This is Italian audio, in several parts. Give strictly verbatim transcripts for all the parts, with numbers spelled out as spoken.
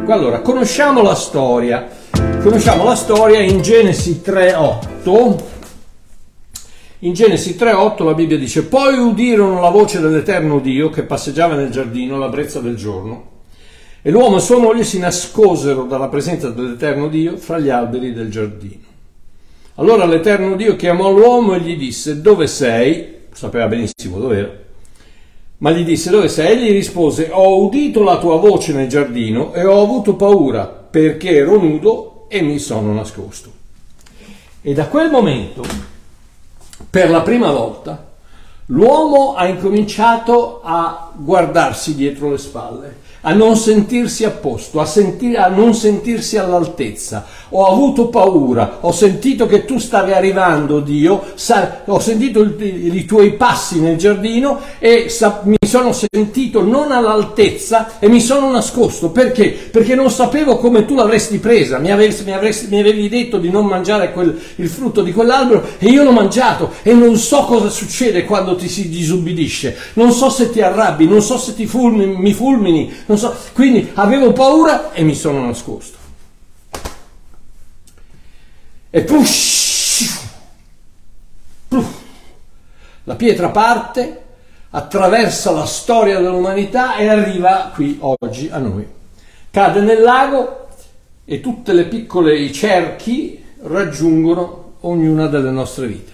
Dunque, allora, conosciamo la storia. Conosciamo la storia in Genesi tre otto. In Genesi tre otto la Bibbia dice: poi udirono la voce dell'Eterno Dio che passeggiava nel giardino alla brezza del giorno, e l'uomo e sua moglie si nascosero dalla presenza dell'Eterno Dio fra gli alberi del giardino. Allora l'Eterno Dio chiamò l'uomo e gli disse: dove sei? Sapeva benissimo dov'era, ma gli disse: dove sei? Egli rispose: ho udito la tua voce nel giardino e ho avuto paura perché ero nudo e mi sono nascosto. E da quel momento, per la prima volta, l'uomo ha incominciato a guardarsi dietro le spalle, a non sentirsi a posto, a, sentire, a non sentirsi all'altezza. Ho avuto paura, ho sentito che tu stavi arrivando, Dio, sa, ho sentito il, i tuoi passi nel giardino e sa, mi sono sentito non all'altezza e mi sono nascosto. Perché? Perché non sapevo come tu l'avresti presa. Mi, avresti, mi, avresti, mi avevi detto di non mangiare quel, il frutto di quell'albero e io l'ho mangiato e non so cosa succede quando ti si disubbidisce. Non so se ti arrabbi, non so se ti fulmini, mi fulmini, non so. Quindi avevo paura e mi sono nascosto. E push, push, la pietra parte, attraversa la storia dell'umanità e arriva qui oggi a noi. Cade nel lago e tutte le piccole cerchi raggiungono ognuna delle nostre vite.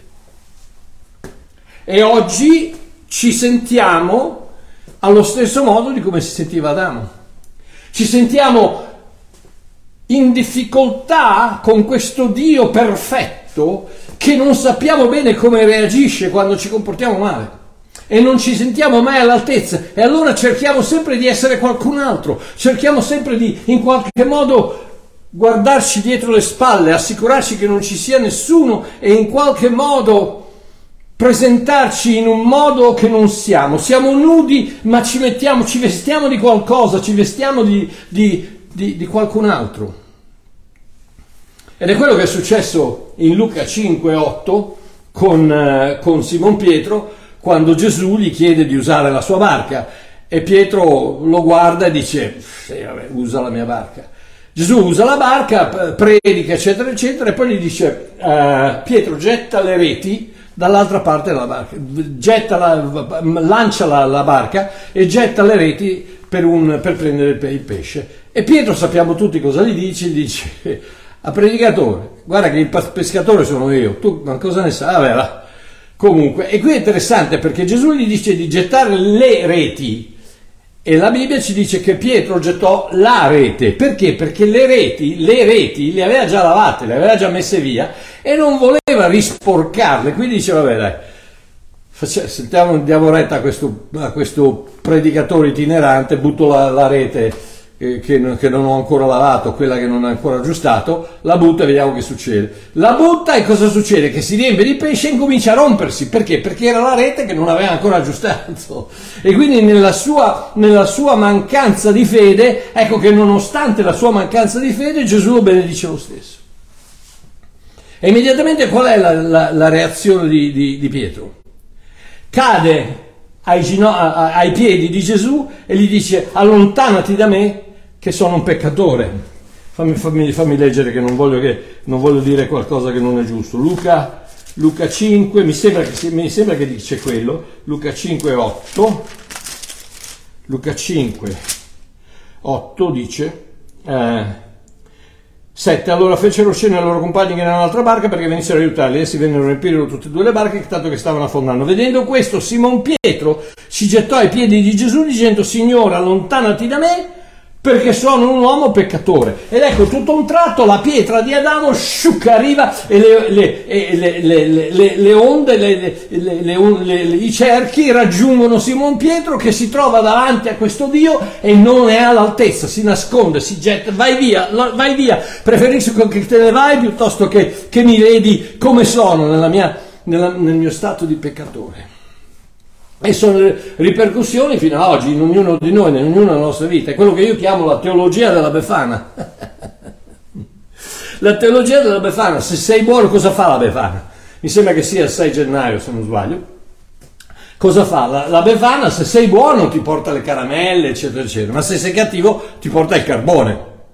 E oggi ci sentiamo allo stesso modo di come si sentiva Adamo. Ci sentiamo in difficoltà con questo Dio perfetto che non sappiamo bene come reagisce quando ci comportiamo male e non ci sentiamo mai all'altezza, e allora cerchiamo sempre di essere qualcun altro, cerchiamo sempre di in qualche modo guardarci dietro le spalle, assicurarci che non ci sia nessuno e in qualche modo presentarci in un modo che non siamo. Siamo nudi, ma ci mettiamo, ci vestiamo di qualcosa, ci vestiamo di, di, di, di qualcun altro. Ed è quello che è successo in Luca cinque otto con, eh, con Simon Pietro, quando Gesù gli chiede di usare la sua barca e Pietro lo guarda e dice: sì, vabbè, usa la mia barca. Gesù usa la barca, predica eccetera eccetera e poi gli dice: eh, Pietro, getta le reti dall'altra parte della barca, getta la, lancia la, la barca e getta le reti per, un, per prendere il pesce. E Pietro, sappiamo tutti cosa gli dice, gli dice a predicatore: guarda che il pescatore sono io, tu ma cosa ne sai? Vabbè, va. Comunque, e qui è interessante perché Gesù gli dice di gettare le reti e la Bibbia ci dice che Pietro gettò la rete. Perché? Perché le reti, le reti le aveva già lavate, le aveva già messe via e non voleva risporcarle, quindi dice: vabbè dai, facciamo, sentiamo, diamo retta a questo, a questo predicatore itinerante, butto la, la rete che, che non ho ancora lavato, quella che non ho ancora aggiustato, la butta e vediamo che succede. La butta e cosa succede? Che si riempie di pesce e incomincia a rompersi. Perché? Perché era la rete che non aveva ancora aggiustato. E quindi nella sua, nella sua mancanza di fede, ecco che nonostante la sua mancanza di fede, Gesù lo benedice lo stesso. E immediatamente qual è la, la, la reazione di, di, di Pietro? Cade ai, gino, ai piedi di Gesù e gli dice: allontanati da me che sono un peccatore. Fammi, fammi, fammi leggere, che non voglio, che non voglio dire qualcosa che non è giusto. Luca, Luca cinque, mi sembra, che, mi sembra che dice quello, Luca cinque otto, Luca cinque otto dice eh, sette, allora fecero scena ai loro compagni che erano un'altra barca perché venissero a aiutarli, essi vennero a riempire tutte e due le barche tanto che stavano affondando. Vedendo questo, Simon Pietro si gettò ai piedi di Gesù dicendo: Signore, allontanati da me perché sono un uomo peccatore. Ed ecco, tutto un tratto la pietra di Adamo sciuc, arriva e le, le, e le, le, le, le onde, le, le, le, le, i cerchi raggiungono Simon Pietro, che si trova davanti a questo Dio e non è all'altezza, si nasconde, si getta: vai via, vai via, preferisco che te ne vai piuttosto che, che mi vedi come sono nella mia, nella, nel mio stato di peccatore. E sono ripercussioni fino ad oggi in ognuno di noi, in ognuna della nostra vita. È quello che io chiamo la teologia della Befana. La teologia della Befana: se sei buono, cosa fa la Befana? Mi sembra che sia il sei gennaio, se non sbaglio. Cosa fa? La, la Befana, se sei buono, ti porta le caramelle, eccetera, eccetera, ma se sei cattivo, ti porta il carbone.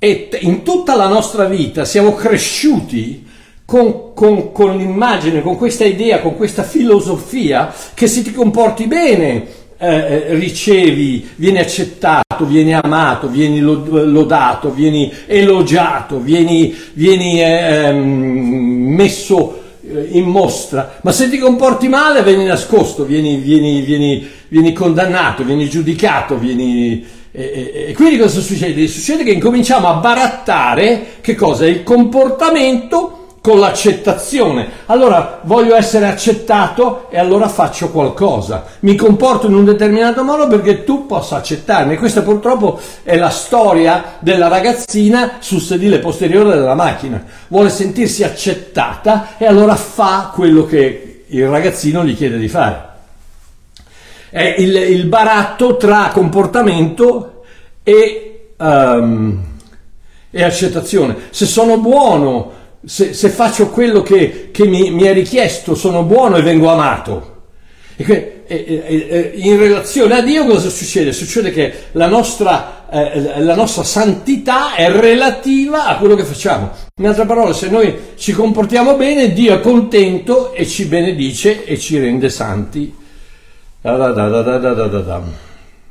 e in tutta la nostra vita siamo cresciuti con, con, con l'immagine, con questa idea, con questa filosofia che se ti comporti bene eh, ricevi, vieni accettato, vieni amato, vieni lodato, vieni elogiato, vieni, vieni eh, messo in mostra, ma se ti comporti male vieni nascosto, vieni, vieni, vieni, vieni condannato, vieni giudicato, vieni... E, e, e quindi cosa succede? Succede che incominciamo a barattare che cosa? Il comportamento con l'accettazione. Allora voglio essere accettato e allora faccio qualcosa, mi comporto in un determinato modo perché tu possa accettarmi. Questa purtroppo è la storia della ragazzina sul sedile posteriore della macchina, vuole sentirsi accettata e allora fa quello che il ragazzino gli chiede di fare. È il, il baratto tra comportamento e, um, e accettazione. Se sono buono, Se, se faccio quello che, che mi, mi è richiesto, sono buono e vengo amato. E que, e, e, e, in relazione a Dio cosa succede? Succede che la nostra, eh, la nostra santità è relativa a quello che facciamo. In altre parole, se noi ci comportiamo bene, Dio è contento e ci benedice e ci rende santi. Da da da da da da da da.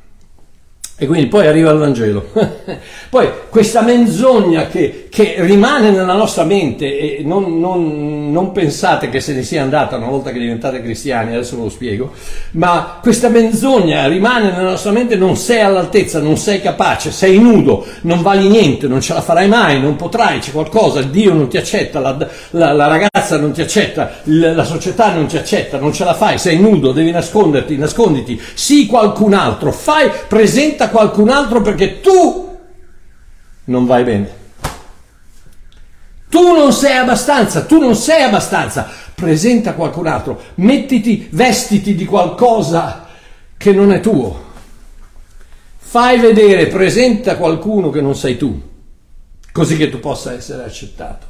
E quindi poi arriva il Vangelo. Poi questa menzogna che, che rimane nella nostra mente, e non, non, non pensate che se ne sia andata una volta che diventate cristiani, adesso ve lo spiego, ma questa menzogna rimane nella nostra mente: non sei all'altezza, non sei capace, sei nudo, non vali niente, non ce la farai mai, non potrai, c'è qualcosa, Dio non ti accetta, la, la, la ragazza non ti accetta, la, la società non ti accetta, non ce la fai, sei nudo, devi nasconderti, nasconditi, sii qualcun altro, fai, presenta qualcun altro perché tu non vai bene, tu non sei abbastanza, tu non sei abbastanza, presenta qualcun altro, mettiti, vestiti di qualcosa che non è tuo, fai vedere, presenta qualcuno che non sei tu, così che tu possa essere accettato.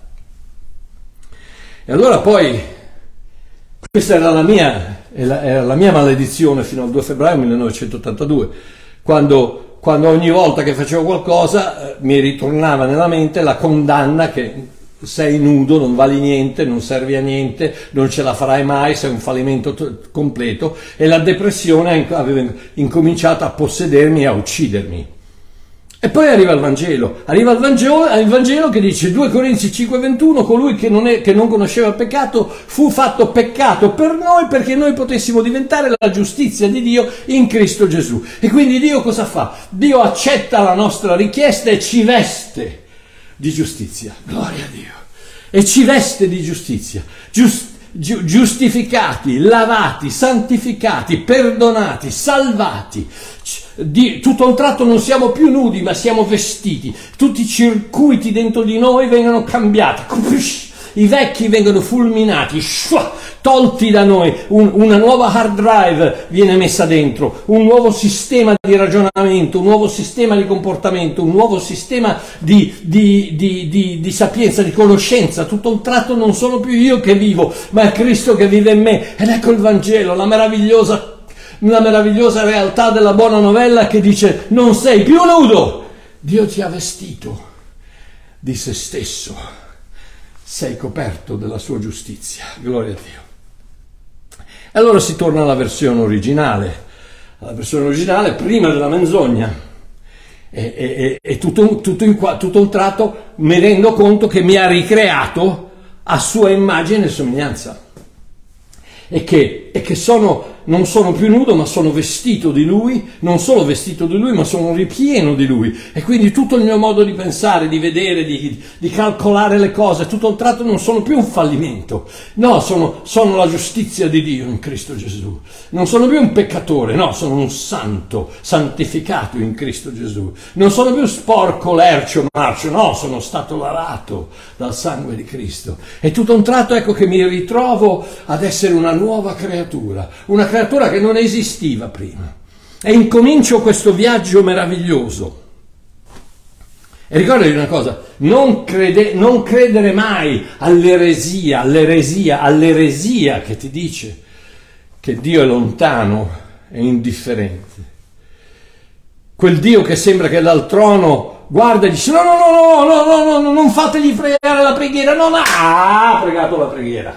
E allora poi, questa era la mia, era la mia maledizione fino al due febbraio millenovecentottantadue, quando, quando ogni volta che facevo qualcosa eh, mi ritornava nella mente la condanna che sei nudo, non vali niente, non servi a niente, non ce la farai mai, sei un fallimento t- completo, e la depressione aveva incominciato a possedermi e a uccidermi. E poi arriva il Vangelo, arriva il Vangelo, il Vangelo che dice, due Corinzi cinque ventuno, colui che non, è, che non conosceva il peccato fu fatto peccato per noi perché noi potessimo diventare la giustizia di Dio in Cristo Gesù. E quindi Dio cosa fa? Dio accetta la nostra richiesta e ci veste di giustizia, gloria a Dio, e ci veste di giustizia, Giust, gi, giustificati, lavati, santificati, perdonati, salvati. Di, tutto a un tratto non siamo più nudi ma siamo vestiti, tutti i circuiti dentro di noi vengono cambiati, i vecchi vengono fulminati, tolti da noi, un, una nuova hard drive viene messa dentro, un nuovo sistema di ragionamento, un nuovo sistema di comportamento, un nuovo sistema di, di, di, di, di sapienza, di conoscenza. Tutto a un tratto non sono più io che vivo ma è Cristo che vive in me. Ed ecco il Vangelo, la meravigliosa una meravigliosa realtà della buona novella che dice: non sei più nudo, Dio ti ha vestito di se stesso, sei coperto della sua giustizia, gloria a Dio. E allora si torna alla versione originale, alla versione originale prima della menzogna, e, e, e tutto, tutto, in qua, tutto un tratto mi rendo conto che mi ha ricreato a sua immagine e somiglianza, e che, e che sono, non sono più nudo ma sono vestito di Lui, non solo vestito di Lui ma sono ripieno di Lui, e quindi tutto il mio modo di pensare, di vedere, di, di calcolare le cose, tutto il tratto non sono più un fallimento, no, sono, sono la giustizia di Dio in Cristo Gesù, non sono più un peccatore, no, sono un santo, santificato in Cristo Gesù, non sono più sporco, lercio, marcio, no, sono stato lavato dal sangue di Cristo, e tutto un tratto ecco che mi ritrovo ad essere una nuova creatura, una creatura che non esisteva prima, e incomincio questo viaggio meraviglioso. E ricordati una cosa, non, crede, non credere mai all'eresia, all'eresia, all'eresia che ti dice che Dio è lontano e indifferente. Quel Dio che sembra che dal trono guarda e dice no, no, no, no, no, no, no, non fategli pregare la preghiera, non ha pregato la preghiera.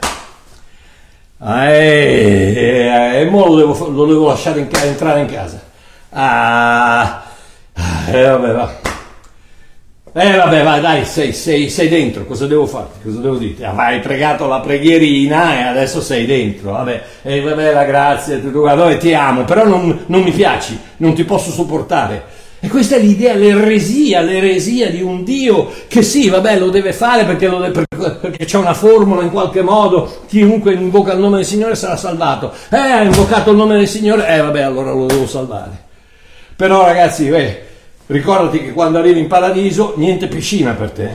E eh, mo lo devo, lo devo lasciare in, entrare in casa. Ah, eh, vabbè, va. Eh vabbè, vai, dai, sei, sei, sei dentro, cosa devo fare? Cosa devo dire? Ah, hai pregato la preghierina e adesso sei dentro, vabbè, e eh, vabbè, la grazia, tu, vabbè, ti amo, però non, non mi piaci, non ti posso sopportare. E questa è l'idea, l'eresia, l'eresia di un Dio che sì, vabbè, lo deve fare perché, lo deve, perché c'è una formula in qualche modo, chiunque invoca il nome del Signore sarà salvato. Eh, ha invocato il nome del Signore, eh vabbè, allora lo devo salvare. Però ragazzi, beh, ricordati che quando arrivi in paradiso niente piscina per te,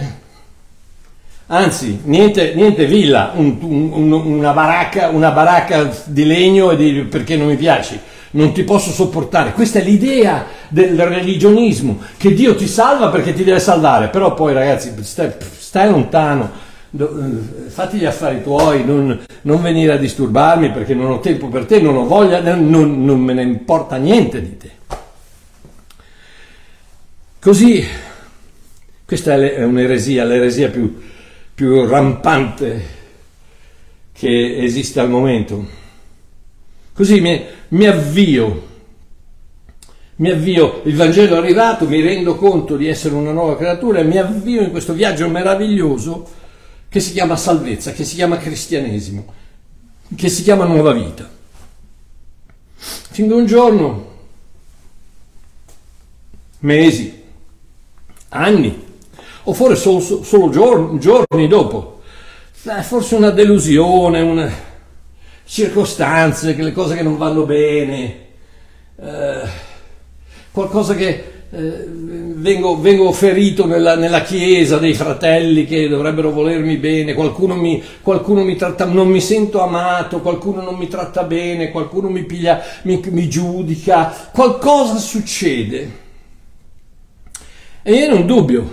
anzi niente, niente villa, un, un, una, baracca, una baracca di legno e di, perché non mi piaci, non ti posso sopportare. Questa è l'idea del religionismo, che Dio ti salva perché ti deve salvare, però poi ragazzi stai, stai lontano, fatti gli affari tuoi, non, non venire a disturbarmi perché non ho tempo per te, non ho voglia, non, non me ne importa niente di te. Così, questa è un'eresia, l'eresia più, più rampante che esiste al momento. Così mi, mi avvio, mi avvio, il Vangelo è arrivato, mi rendo conto di essere una nuova creatura e mi avvio in questo viaggio meraviglioso che si chiama salvezza, che si chiama cristianesimo, che si chiama nuova vita. Fin da un giorno, mesi, anni, o forse solo, solo giorni, giorni dopo, forse una delusione, una circostanze, che le cose che non vanno bene, eh, qualcosa che eh, vengo, vengo ferito nella, nella chiesa dei fratelli che dovrebbero volermi bene, qualcuno mi, qualcuno mi tratta, non mi sento amato, qualcuno non mi tratta bene, qualcuno mi piglia, mi, mi giudica, qualcosa succede. E mi viene un dubbio,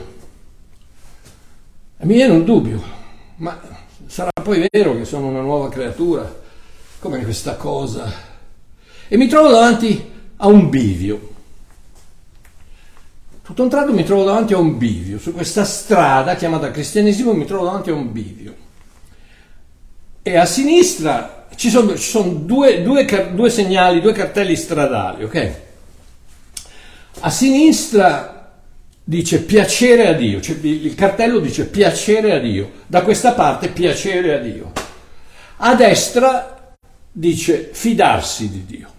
e mi viene un dubbio, ma sarà poi vero che sono una nuova creatura? Come questa cosa? E mi trovo davanti a un bivio. Tutto a un tratto mi trovo davanti a un bivio, su questa strada chiamata cristianesimo mi trovo davanti a un bivio. E a sinistra ci sono, ci sono due, due, due segnali, due cartelli stradali, ok? A sinistra dice piacere a Dio, cioè il cartello dice piacere a Dio, da questa parte piacere a Dio. A destra dice fidarsi di Dio.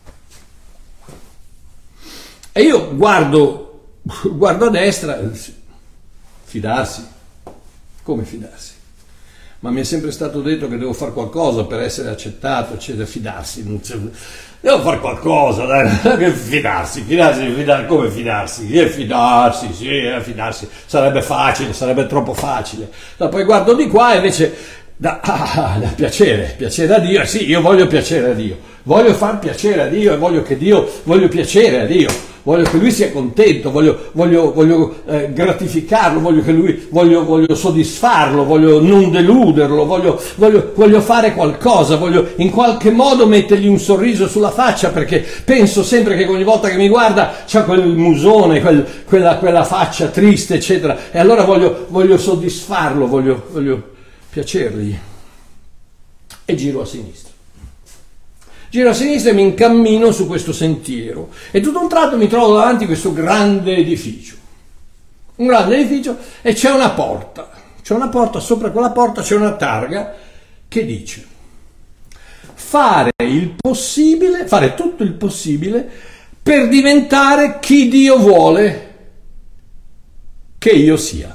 E io guardo, guardo a destra, fidarsi, come fidarsi? Ma mi è sempre stato detto che devo fare qualcosa per essere accettato, eccetera, fidarsi, non c'è... Devo fare qualcosa, dai, che fidarsi, fidarsi, fidarsi, come fidarsi? Che fidarsi, sì, fidarsi, sarebbe facile, sarebbe troppo facile. Ma poi guardo di qua e invece, da, ah, da piacere, piacere a Dio, eh sì, io voglio piacere a Dio, voglio far piacere a Dio e voglio che Dio, voglio piacere a Dio. Voglio che lui sia contento, voglio, voglio, voglio eh, gratificarlo, voglio che lui, voglio, voglio soddisfarlo, voglio non deluderlo, voglio, voglio, voglio fare qualcosa, voglio in qualche modo mettergli un sorriso sulla faccia, perché penso sempre che ogni volta che mi guarda c'ha quel musone, quel, quella, quella faccia triste, eccetera, e allora voglio, voglio soddisfarlo, voglio, voglio piacergli. E giro a sinistra. Giro a sinistra e mi incammino su questo sentiero e tutto a un tratto mi trovo davanti a questo grande edificio, un grande edificio e c'è una porta, c'è una porta, sopra quella porta c'è una targa che dice fare il possibile, fare tutto il possibile per diventare chi Dio vuole che io sia.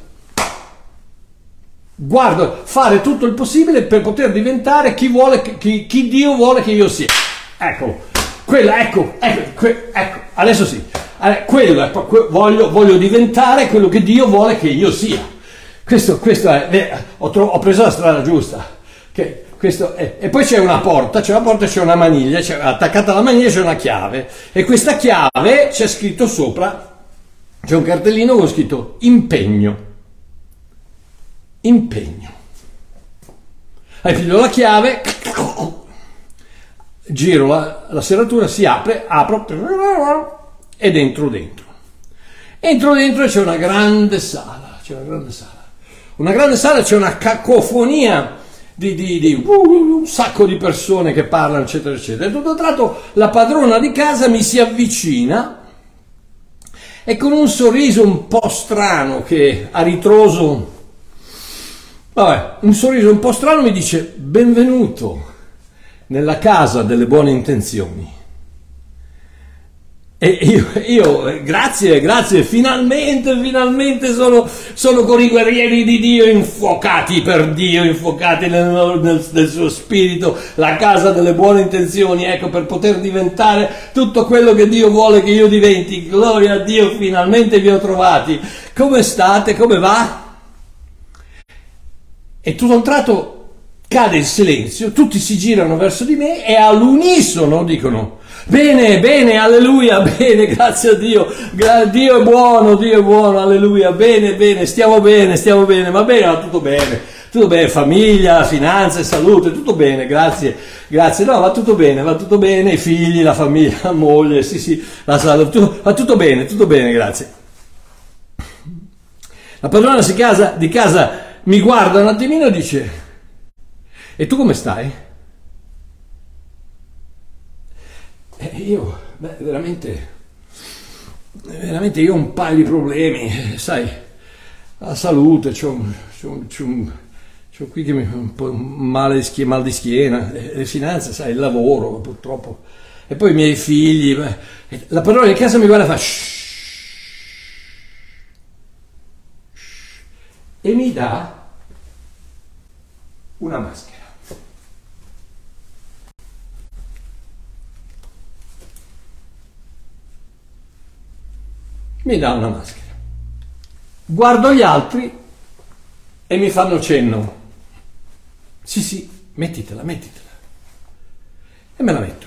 Guardo, fare tutto il possibile per poter diventare chi, vuole, chi, chi Dio vuole che io sia. Ecco, quella, ecco, ecco, que, ecco, adesso sì, quello, ecco, voglio, voglio diventare quello che Dio vuole che io sia. Questo, questo è, eh, ho, tro- ho preso la strada giusta. Che, questo è, e poi c'è una porta, c'è una porta e c'è una maniglia, c'è, attaccata alla maniglia c'è una chiave. E questa chiave c'è scritto sopra, c'è un cartellino con scritto impegno. Impegno. Hai pigliato la chiave, giro la, la serratura, si apre, apro ed entro dentro. Entro dentro e c'è una grande sala, c'è una grande sala, una grande sala, c'è una cacofonia di, di, di uh, un sacco di persone che parlano, eccetera, eccetera. E tutto a un tratto la padrona di casa mi si avvicina e con un sorriso un po' strano, che a ritroso, vabbè, un sorriso un po' strano mi dice: benvenuto nella casa delle buone intenzioni. E io, io grazie, grazie, finalmente, finalmente sono, sono con i guerrieri di Dio, infuocati per Dio, infuocati nel, nel, nel suo spirito, la casa delle buone intenzioni, ecco, per poter diventare tutto quello che Dio vuole che io diventi. Gloria a Dio, finalmente vi ho trovati. Come state? Come va? E tutto a un tratto cade il silenzio, tutti si girano verso di me e all'unisono dicono: bene, bene, alleluia, bene, grazie a Dio, Gra- Dio è buono, Dio è buono, alleluia, bene, bene, stiamo bene, stiamo bene, va bene, va tutto bene, tutto bene, famiglia, finanze, salute, tutto bene, grazie, grazie, no, va tutto bene, va tutto bene, i figli, la famiglia, la moglie, sì, sì, la salute, va tutto bene, tutto bene, grazie. La padrona di casa, di casa mi guarda un attimino e dice: e tu come stai? E io, beh, veramente, veramente io ho un paio di problemi, sai, la salute, c'ho, c'ho, c'ho, c'ho qui che mi fa un po' male di schiena, mal di schiena, le, le finanze, sai, il lavoro, purtroppo, e poi i miei figli. Beh, la padrona di casa mi guarda e fa shh, e mi dà una maschera. Mi dà una maschera. Guardo gli altri e mi fanno cenno. Sì, sì, mettitela, mettitela. E me la metto.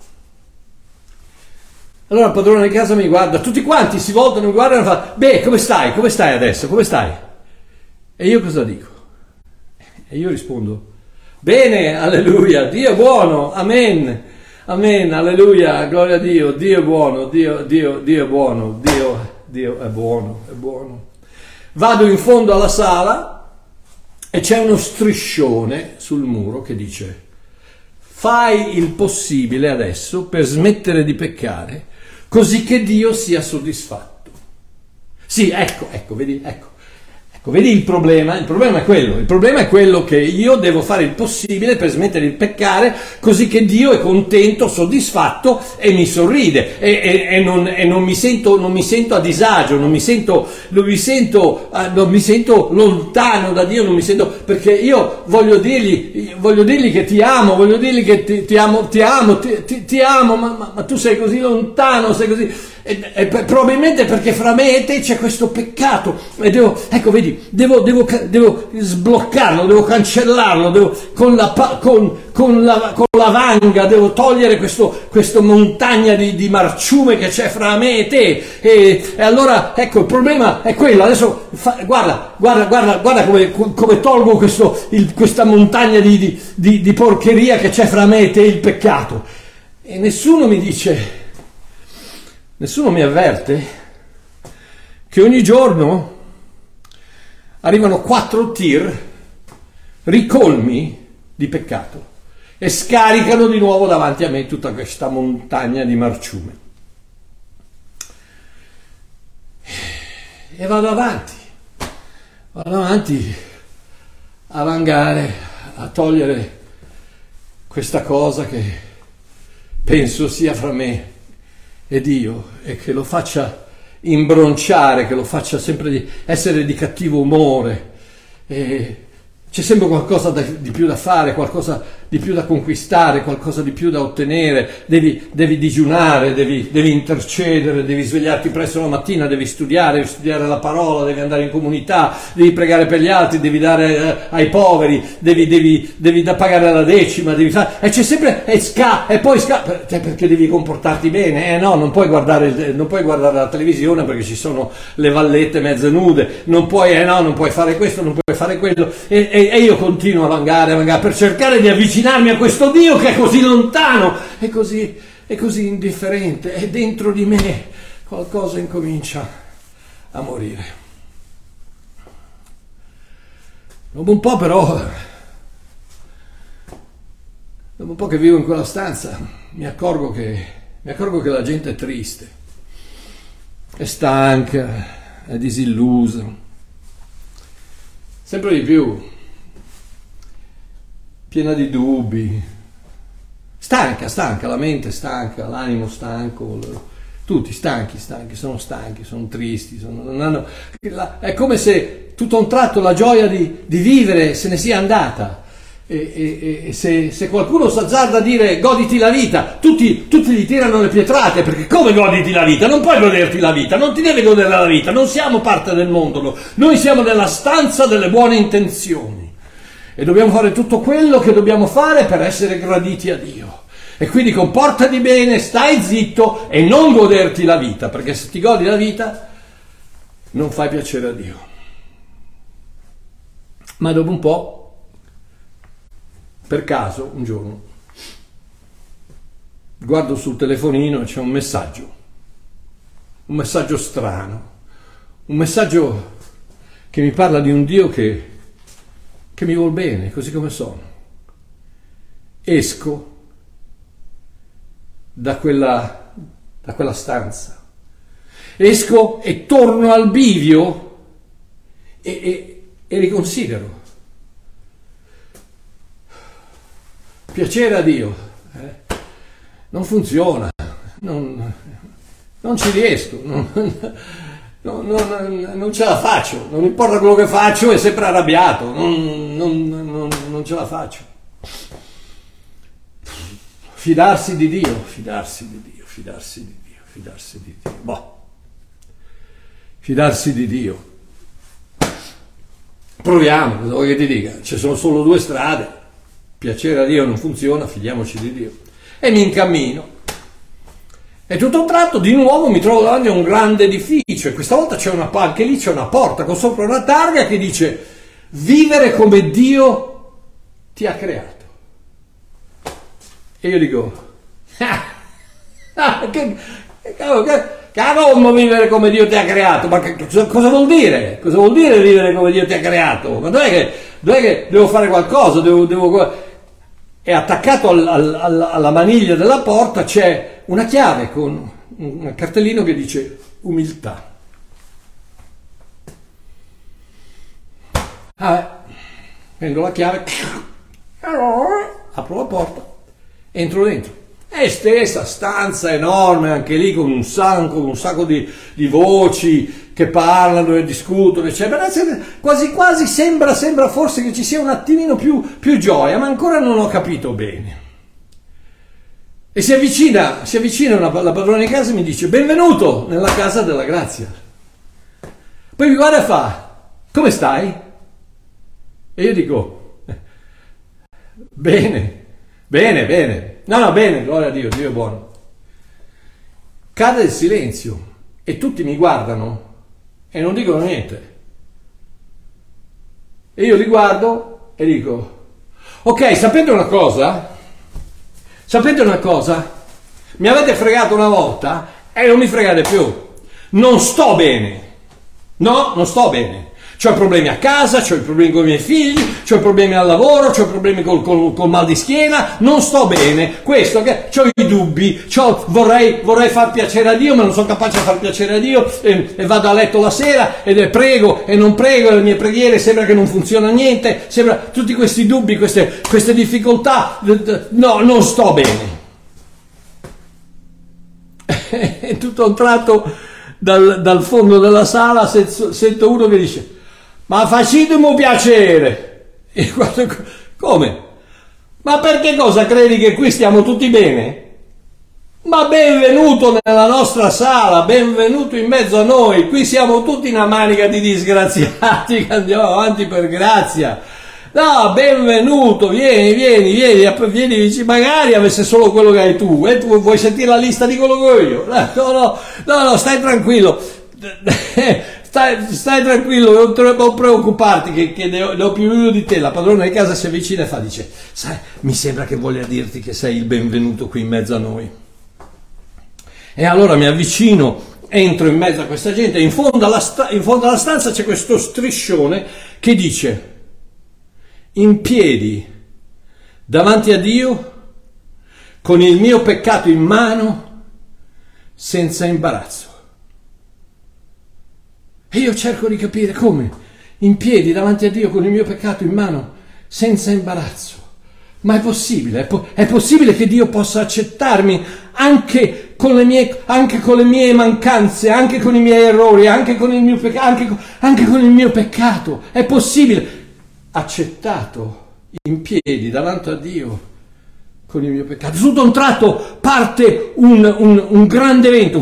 Allora il padrone di casa mi guarda, tutti quanti si voltano, mi guardano e fanno: beh, come stai? Come stai adesso? Come stai? E io cosa dico? E io rispondo: bene, alleluia, Dio è buono, amen. Amen, alleluia, gloria a Dio, Dio è buono, Dio, Dio, Dio è buono, Dio, Dio è buono, è buono. Vado in fondo alla sala e c'è uno striscione sul muro che dice: fai il possibile adesso per smettere di peccare, così che Dio sia soddisfatto. Sì, ecco, ecco, vedi, ecco. Ecco, vedi il problema? Il problema è quello, il problema è quello che io devo fare il possibile per smettere di peccare, così che Dio è contento, soddisfatto e mi sorride e, e, e, non, e non, mi sento, non mi sento a disagio, non mi sento, non mi sento, non mi sento lontano da Dio, non mi sento, perché io voglio dirgli, voglio dirgli che ti amo, voglio dirgli che ti, ti amo, ti amo, ti, ti, ti amo, ma, ma, ma tu sei così lontano, sei così... E, e, probabilmente perché fra me e te c'è questo peccato e devo, ecco vedi, devo, devo, devo sbloccarlo, devo cancellarlo, devo, con, la, con, con, la, con la vanga devo togliere questo, questa montagna di, di marciume che c'è fra me e te e, e allora ecco il problema è quello, adesso fa, guarda, guarda, guarda, guarda come, come tolgo questo, il, questa montagna di, di, di, di porcheria che c'è fra me e te, il peccato, e nessuno mi dice, nessuno mi avverte che ogni giorno arrivano quattro tir ricolmi di peccato e scaricano di nuovo davanti a me tutta questa montagna di marciume. E vado avanti, vado avanti a vangare, a togliere questa cosa che penso sia fra me e Dio, e che lo faccia imbronciare, che lo faccia sempre di essere di cattivo umore, e c'è sempre qualcosa da, di più da fare, qualcosa di più da conquistare, qualcosa di più da ottenere, devi, devi digiunare, devi, devi intercedere, devi svegliarti presto la mattina, devi studiare, devi studiare la parola, devi andare in comunità, devi pregare per gli altri, devi dare eh, ai poveri, devi, devi, devi da pagare la decima, devi fare, e c'è sempre, e sca, e poi sca, perché devi comportarti bene, eh no, non puoi guardare, non puoi guardare la televisione perché ci sono le vallette mezze nude, non puoi, eh no, non puoi fare questo, non puoi fare quello, e, e, e io continuo a vangare, a vangare, per cercare di avvicinarmi a questo Dio che è così lontano, è così, è così indifferente, e dentro di me qualcosa incomincia a morire. Dopo un po' però, dopo un po' che vivo in quella stanza, mi accorgo che, mi accorgo che la gente è triste, è stanca, è disillusa, sempre di più, piena di dubbi, stanca, stanca, la mente è stanca, l'animo stanco, tutti stanchi, stanchi, sono stanchi, sono tristi, sono, non hanno, è come se tutto a un tratto la gioia di, di vivere se ne sia andata. E, e, e se, se qualcuno s'azzarda a dire goditi la vita, tutti, tutti gli tirano le pietrate, perché come goditi la vita? Non puoi goderti la vita, non ti devi godere la vita, non siamo parte del mondo, no. Noi siamo nella stanza delle buone intenzioni e dobbiamo fare tutto quello che dobbiamo fare per essere graditi a Dio. E quindi comportati bene, stai zitto e non goderti la vita, perché se ti godi la vita non fai piacere a Dio. Ma dopo un po', per caso, un giorno, guardo sul telefonino e c'è un messaggio, un messaggio strano, un messaggio che mi parla di un Dio che, che mi vuol bene, così come sono. Esco da quella, da quella stanza, esco e torno al bivio e, e, e riconsidero. Piacere a Dio, eh? Non funziona, non, non ci riesco, non, non, non, non ce la faccio, non importa quello che faccio, è sempre arrabbiato, non, non, non, non ce la faccio. Fidarsi di Dio, fidarsi di Dio, fidarsi di Dio, fidarsi di Dio, boh, fidarsi di Dio. Proviamo, cosa vuoi che ti dica? Ci sono solo due strade. Piacere a Dio non funziona, fidiamoci di Dio. E mi incammino. E tutto a un tratto di nuovo mi trovo davanti a un grande edificio e questa volta c'è una, anche lì c'è una porta con sopra una targa che dice vivere come Dio ti ha creato. E io dico, ah, che, che, che, Carommo vivere come Dio ti ha creato, ma che, cosa, cosa vuol dire? Cosa vuol dire vivere come Dio ti ha creato? Ma dov'è che, dov'è che devo fare qualcosa? Devo, devo... E attaccato al, al, alla maniglia della porta c'è una chiave con un cartellino che dice umiltà. Ah, prendo la chiave, apro la porta, entro dentro. È stessa stanza enorme, anche lì con un sacco, un sacco di, di voci che parlano e discutono, eccetera. Quasi quasi sembra, sembra forse che ci sia un attimino più, più gioia, ma ancora non ho capito bene. E si avvicina, si avvicina una, la padrona di casa e mi dice benvenuto nella casa della grazia. Poi mi guarda e fa, come stai? E io dico, bene, bene, bene. No, no, bene, gloria a Dio, Dio è buono. Cade il silenzio e tutti mi guardano e non dicono niente. E io li guardo e dico, ok, sapete una cosa? Sapete una cosa? Mi avete fregato una volta e non mi fregate più. Non sto bene. No, non sto bene. C'ho problemi a casa, c'ho i problemi con i miei figli, c'ho i problemi al lavoro, c'ho i problemi col, col, col mal di schiena, non sto bene. Questo, che c'ho i dubbi, c'ho, vorrei, vorrei far piacere a Dio, ma non sono capace di far piacere a Dio, e, e vado a letto la sera e prego e non prego, e le mie preghiere sembra che non funziona niente, sembra tutti questi dubbi, queste, queste difficoltà, no, non sto bene. E tutto a un tratto dal, dal fondo della sala sento uno che dice, ma facitemi piacere. E guarda, come? Ma perché cosa credi che qui stiamo tutti bene? Ma benvenuto nella nostra sala, benvenuto in mezzo a noi, qui siamo tutti una manica di disgraziati che andiamo avanti per grazia. No, benvenuto, vieni, vieni, vieni, vieni vicino, magari avesse solo quello che hai tu, e tu vuoi sentire la lista di quello che ho io? No, no, no, no, stai tranquillo. Stai, stai tranquillo, non, te, non preoccuparti che, che ne, ho, ne ho più uno di te. La padrona di casa si avvicina e fa, dice, sai, mi sembra che voglia dirti che sei il benvenuto qui in mezzo a noi. E allora mi avvicino entro in mezzo a questa gente, in fondo alla, sta- in fondo alla stanza c'è questo striscione che dice: in piedi davanti a Dio, con il mio peccato in mano, senza imbarazzo. E io cerco di capire come, in piedi davanti a Dio con il mio peccato in mano, senza imbarazzo. Ma è possibile, è, po- è possibile che Dio possa accettarmi anche con le mie, anche con le mie mancanze, anche con i miei errori, anche con il mio peccato, anche, con- anche con il mio peccato. È possibile, accettato in piedi davanti a Dio con il mio peccato. Tutto a un tratto parte un, un, un grande vento.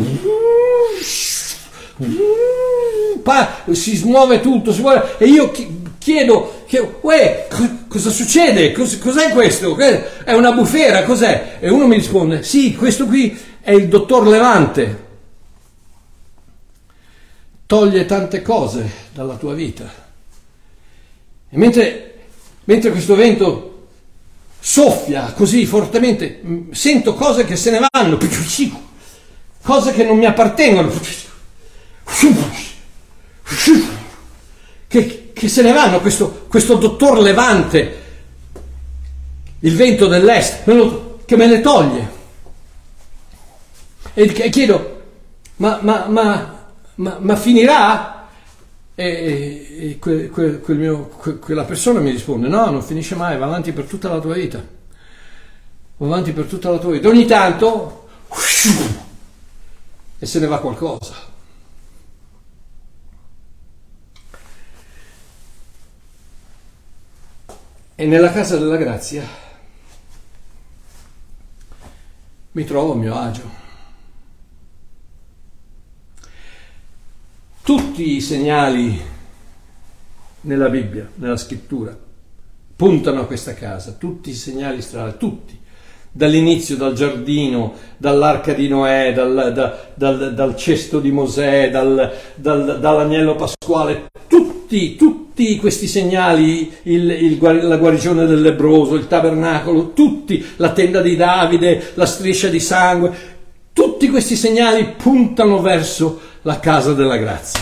Si smuove tutto, si muove, e io chiedo, chiedo uè, cosa succede? Cos, cos'è questo? È una bufera, cos'è? E uno mi risponde: sì, questo qui è il dottor Levante, toglie tante cose dalla tua vita. E mentre, mentre questo vento soffia così fortemente, sento cose che se ne vanno, cose che non mi appartengono, Che, che se ne vanno. Questo, questo dottor Levante, il vento dell'est, che me le toglie. E, e chiedo: ma, ma, ma, ma, ma finirà? E, e que, que, quel mio, que, quella persona mi risponde: no, non finisce mai, va avanti per tutta la tua vita. Va avanti per tutta la tua vita. Ogni tanto e se ne va qualcosa. E nella casa della grazia mi trovo a mio agio. Tutti i segnali nella Bibbia, nella scrittura, puntano a questa casa, tutti i segnali stradali, tutti, dall'inizio, dal giardino, dall'arca di Noè, dal, da, dal, dal cesto di Mosè, dal, dal, dall'agnello pasquale, tutti, tutti questi segnali, il, il, la guarigione del lebbroso, il tabernacolo, tutti, la tenda di Davide, la striscia di sangue, tutti questi segnali puntano verso la casa della grazia.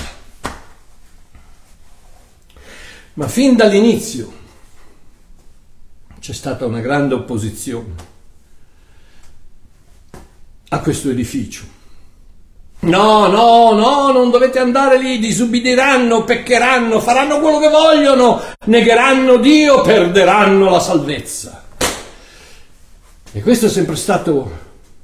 Ma fin dall'inizio c'è stata una grande opposizione a questo edificio. No, no, no, non dovete andare lì, disubbidiranno, peccheranno, faranno quello che vogliono, negheranno Dio, perderanno la salvezza. E questo è sempre stato,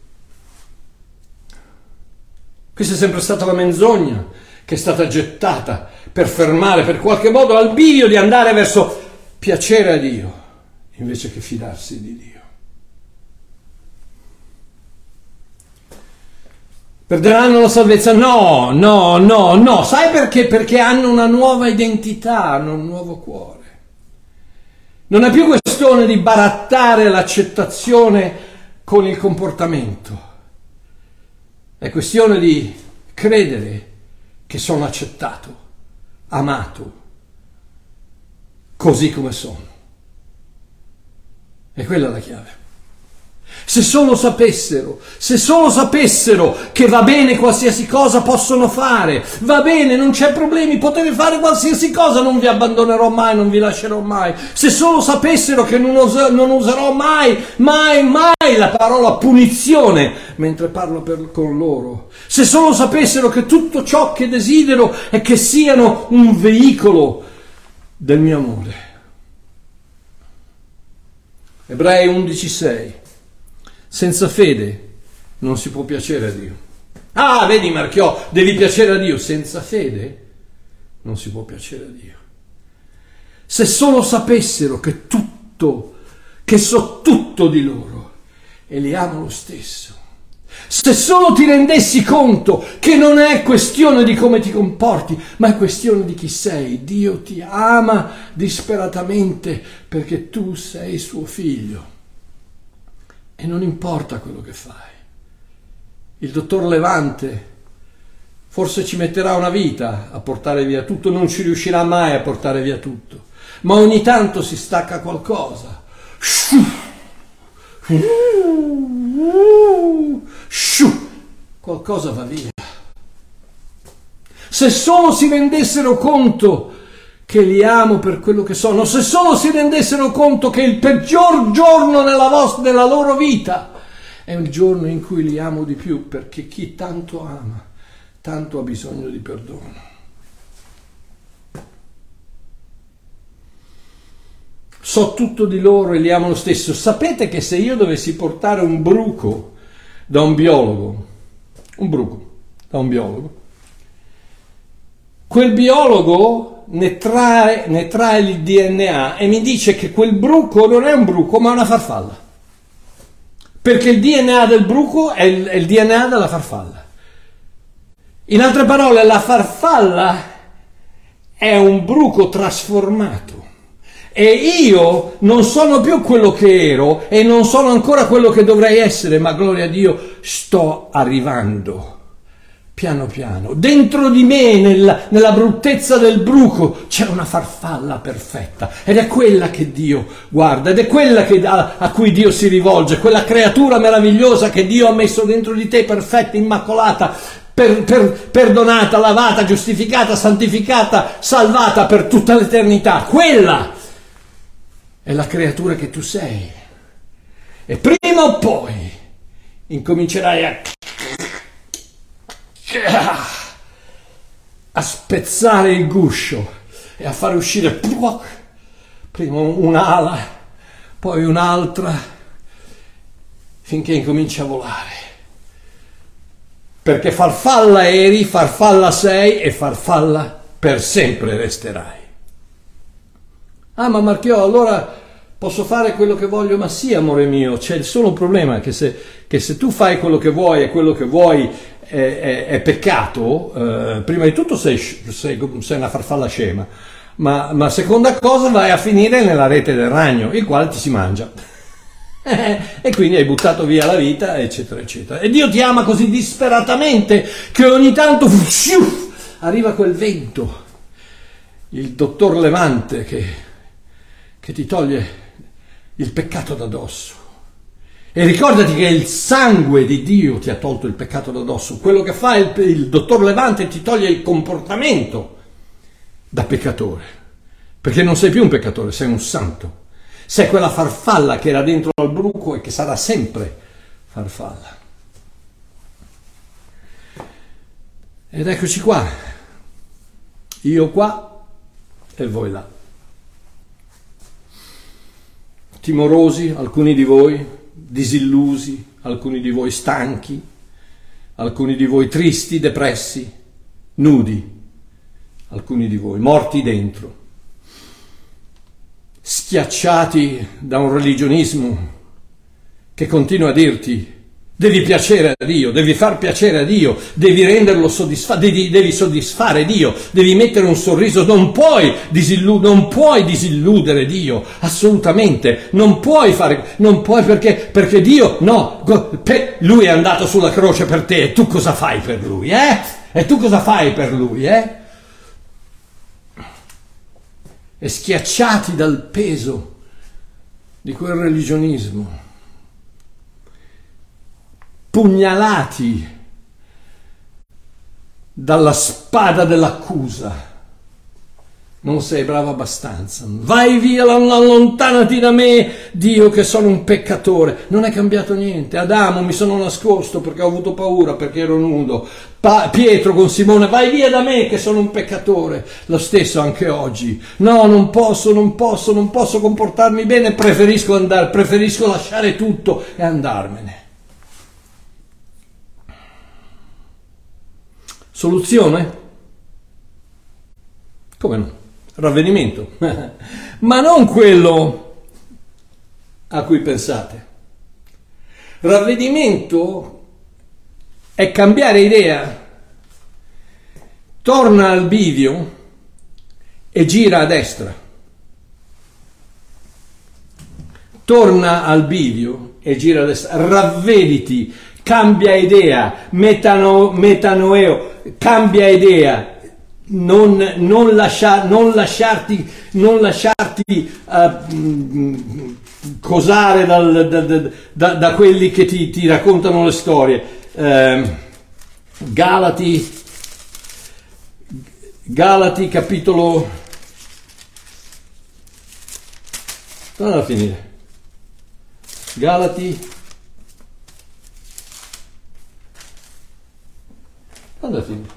questa è sempre stata la menzogna che è stata gettata per fermare per qualche modo al bivio di andare verso piacere a Dio invece che fidarsi di Dio. Perderanno la salvezza? No, no, no, no. Sai perché? Perché hanno una nuova identità, hanno un nuovo cuore. Non è più questione di barattare l'accettazione con il comportamento. È questione di credere che sono accettato, amato, così come sono. E quella è la chiave. Se solo sapessero, se solo sapessero che va bene qualsiasi cosa possono fare, va bene, non c'è problemi, potete fare qualsiasi cosa, non vi abbandonerò mai, non vi lascerò mai. Se solo sapessero che non, us- non userò mai, mai, mai la parola punizione mentre parlo per- con loro. Se solo sapessero che tutto ciò che desidero è che siano un veicolo del mio amore. Ebrei undici sei. Senza fede non si può piacere a Dio. Ah, vedi Marchiò, devi piacere a Dio. Senza fede non si può piacere a Dio. Se solo sapessero che tutto, che so tutto di loro e li amo lo stesso. Se solo ti rendessi conto che non è questione di come ti comporti, ma è questione di chi sei. Dio ti ama disperatamente perché tu sei suo figlio. E non importa quello che fai. Il dottor Levante forse ci metterà una vita a portare via tutto, non ci riuscirà mai a portare via tutto, ma ogni tanto si stacca qualcosa. Qualcosa va via. Se solo si rendessero conto che li amo per quello che sono, se solo si rendessero conto che il peggior giorno nella, vostra, nella loro vita è il giorno in cui li amo di più, perché chi tanto ama, tanto ha bisogno di perdono. So tutto di loro e li amo lo stesso. Sapete che se io dovessi portare un bruco da un biologo, un bruco da un biologo, quel biologo ne trae, ne trae il D N A e mi dice che quel bruco non è un bruco ma una farfalla, perché il D N A del bruco è il, è il D N A della farfalla. In altre parole, la farfalla è un bruco trasformato e io non sono più quello che ero e non sono ancora quello che dovrei essere, ma gloria a Dio sto arrivando piano piano. Dentro di me, nella, nella bruttezza del bruco, c'è una farfalla perfetta ed è quella che Dio guarda ed è quella che, a, a cui Dio si rivolge, quella creatura meravigliosa che Dio ha messo dentro di te, perfetta, immacolata, per, per, perdonata, lavata, giustificata, santificata, salvata per tutta l'eternità. Quella è la creatura che tu sei e prima o poi incomincerai a a spezzare il guscio e a fare uscire prima un'ala, poi un'altra, finché incominci a volare. Perché farfalla eri, farfalla sei e farfalla per sempre resterai. Ah, ma Marchiò, allora posso fare quello che voglio? Ma sì, amore mio, c'è il solo problema che se, che se tu fai quello che vuoi e quello che vuoi è, è, è peccato, eh, prima di tutto sei, sei, sei una farfalla scema, ma, ma seconda cosa vai a finire nella rete del ragno, il quale ti si mangia. E quindi hai buttato via la vita, eccetera, eccetera. E Dio ti ama così disperatamente che ogni tanto fiu, arriva quel vento, il dottor Levante che che ti toglie il peccato da dosso. E ricordati che il sangue di Dio ti ha tolto il peccato da dosso. Quello che fa il, il dottor Levante ti toglie il comportamento da peccatore, perché non sei più un peccatore, sei un santo. Sei quella farfalla che era dentro al bruco e che sarà sempre farfalla. Ed eccoci qua, io qua e voi là. Timorosi, alcuni di voi, disillusi, alcuni di voi stanchi, alcuni di voi tristi, depressi, nudi, alcuni di voi morti dentro, schiacciati da un religionismo che continua a dirti devi piacere a Dio, devi far piacere a Dio, devi renderlo soddisfatto, devi, devi soddisfare Dio, devi mettere un sorriso, non puoi, disillu- non puoi disilludere Dio, assolutamente, non puoi fare, non puoi perché, perché Dio, no, per, Lui è andato sulla croce per te e tu cosa fai per Lui, eh? E tu cosa fai per Lui, eh? E schiacciati dal peso di quel religionismo, pugnalati dalla spada dell'accusa, non sei bravo abbastanza, vai via, allontanati da me, Dio, che sono un peccatore. Non è cambiato niente. Adamo, mi sono nascosto perché ho avuto paura, perché ero nudo. Pa- Pietro con Simone, vai via da me che sono un peccatore. Lo stesso anche oggi. No, non posso, non posso, non posso comportarmi bene, preferisco andare, preferisco lasciare tutto e andarmene. Soluzione? Come no? Ravvedimento. Ma non quello a cui pensate. Ravvedimento è cambiare idea. Torna al bivio e gira a destra. Torna al bivio e gira a destra. Ravvediti. Cambia idea, metano, metanoeo, cambia idea, non, non, lascia, non lasciarti, non lasciarti uh, cosare dal, da, da, da, da quelli che ti, ti raccontano le storie. Uh, Galati, Galati capitolo... Torna a finire. Galati... Torna a finire.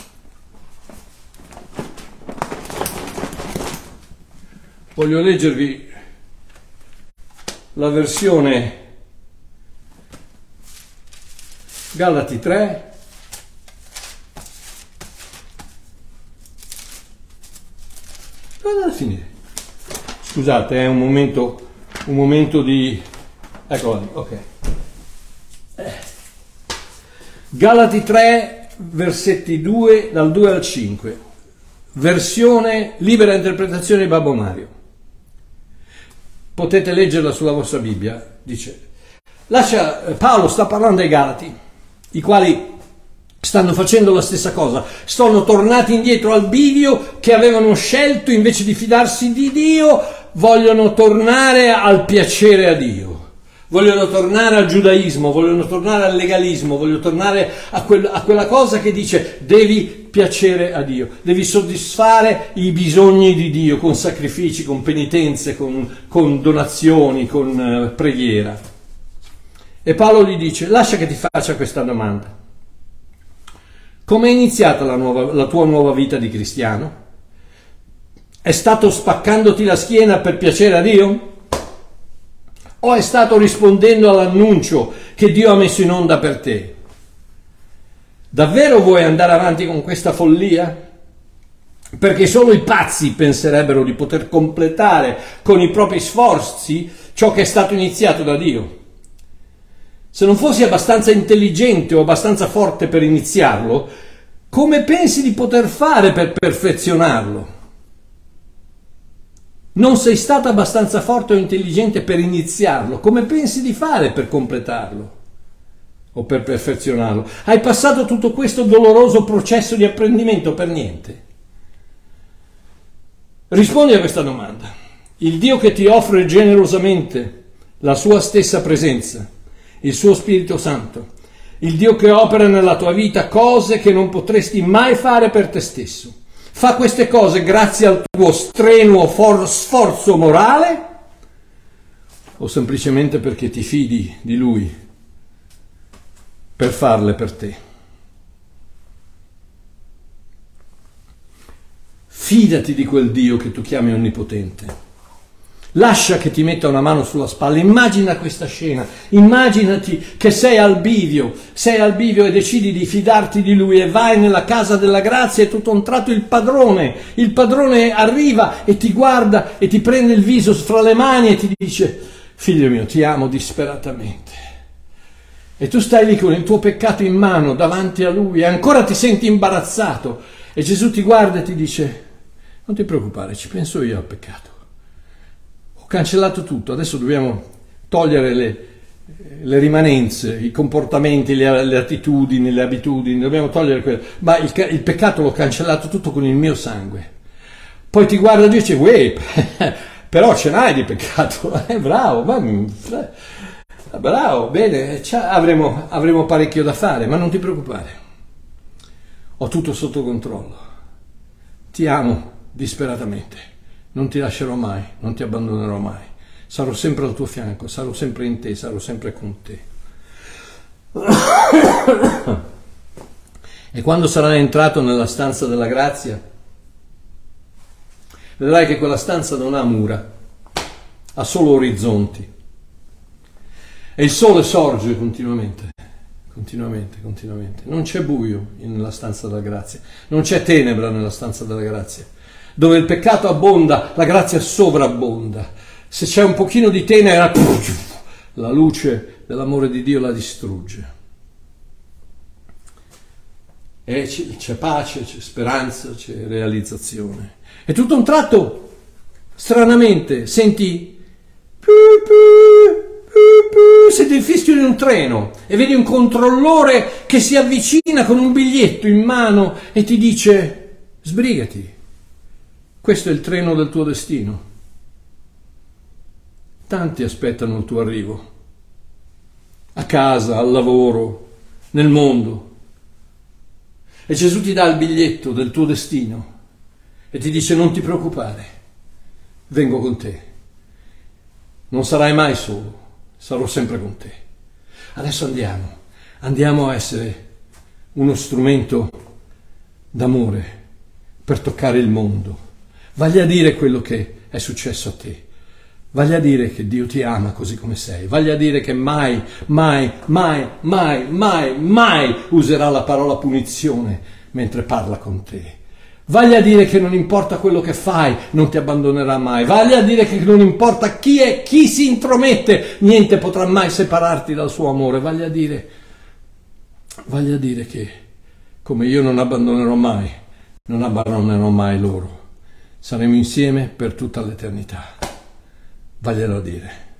Voglio leggervi la versione Galati tre, a finire. Scusate, è un momento, un momento di... Eccola lì, ok. Eh. Galati tre, versetti due, dal due al cinque, versione libera interpretazione di Babbo Mario. Potete leggerla sulla vostra Bibbia. Dice, lascia, Paolo sta parlando ai Galati, i quali stanno facendo la stessa cosa, sono tornati indietro al bivio che avevano scelto, invece di fidarsi di Dio, vogliono tornare al piacere a Dio, vogliono tornare al giudaismo, vogliono tornare al legalismo, vogliono tornare a, quel, a quella cosa che dice devi piacere a Dio, devi soddisfare i bisogni di Dio con sacrifici, con penitenze, con, con donazioni, con uh, preghiera. E Paolo gli dice, lascia che ti faccia questa domanda. Come è iniziata la, nuova, la tua nuova vita di cristiano? È stato spaccandoti la schiena per piacere a Dio? O è stato rispondendo all'annuncio che Dio ha messo in onda per te? Davvero vuoi andare avanti con questa follia? Perché solo i pazzi penserebbero di poter completare con i propri sforzi ciò che è stato iniziato da Dio. Se non fossi abbastanza intelligente o abbastanza forte per iniziarlo, come pensi di poter fare per perfezionarlo? Non sei stato abbastanza forte o intelligente per iniziarlo, come pensi di fare per completarlo o per perfezionarlo? Hai passato tutto questo doloroso processo di apprendimento per niente? Rispondi a questa domanda. Il Dio che ti offre generosamente la sua stessa presenza, il suo Spirito Santo, il Dio che opera nella tua vita cose che non potresti mai fare per te stesso, fa queste cose grazie al tuo strenuo for- sforzo morale o semplicemente perché ti fidi di Lui per farle per te? Fidati di quel Dio che tu chiami onnipotente. Lascia che ti metta una mano sulla spalla, immagina questa scena, immaginati che sei al bivio, sei al bivio e decidi di fidarti di Lui e vai nella casa della grazia e tutto a un tratto il padrone, il padrone arriva e ti guarda e ti prende il viso fra le mani e ti dice, figlio mio, ti amo disperatamente. E tu stai lì con il tuo peccato in mano davanti a Lui e ancora ti senti imbarazzato e Gesù ti guarda e ti dice, non ti preoccupare, ci penso io al peccato. Cancellato tutto, adesso dobbiamo togliere le, le rimanenze, i comportamenti, le, le attitudini, le abitudini, dobbiamo togliere quello, ma il, il peccato l'ho cancellato tutto con il mio sangue. Poi ti guarda e dice, uè, però ce n'hai di peccato, eh, bravo, ma, bravo, bene, avremo, avremo parecchio da fare, ma non ti preoccupare, ho tutto sotto controllo, ti amo disperatamente. Non ti lascerò mai, non ti abbandonerò mai. Sarò sempre al tuo fianco, sarò sempre in te, sarò sempre con te. E quando sarai entrato nella stanza della grazia, vedrai che quella stanza non ha mura, ha solo orizzonti. E il sole sorge continuamente, continuamente, continuamente. Non c'è buio nella stanza della grazia, non c'è tenebra nella stanza della grazia. Dove il peccato abbonda, la grazia sovrabbonda. Se c'è un pochino di tenebra, la luce dell'amore di Dio la distrugge. E c'è pace, c'è speranza, c'è realizzazione. E tutto a un tratto, stranamente, senti senti il fischio di un treno e vedi un controllore che si avvicina con un biglietto in mano e ti dice, sbrigati. Questo è il treno del tuo destino. Tanti aspettano il tuo arrivo, a casa, al lavoro, nel mondo. E Gesù ti dà il biglietto del tuo destino e ti dice: non ti preoccupare, vengo con te, non sarai mai solo, sarò sempre con te. Adesso andiamo, andiamo a essere uno strumento d'amore per toccare il mondo. Vagli a dire quello che è successo a te. Vagli a dire che Dio ti ama così come sei. Vagli a dire che mai, mai, mai, mai, mai, mai userà la parola punizione mentre parla con te. Vagli a dire che non importa quello che fai, non ti abbandonerà mai. Vagli a dire che non importa chi è, chi si intromette, niente potrà mai separarti dal suo amore. Vagli a dire, vagli a dire che come io non abbandonerò mai, non abbandonerò mai loro. Saremo insieme per tutta l'eternità. Vaglielo a dire.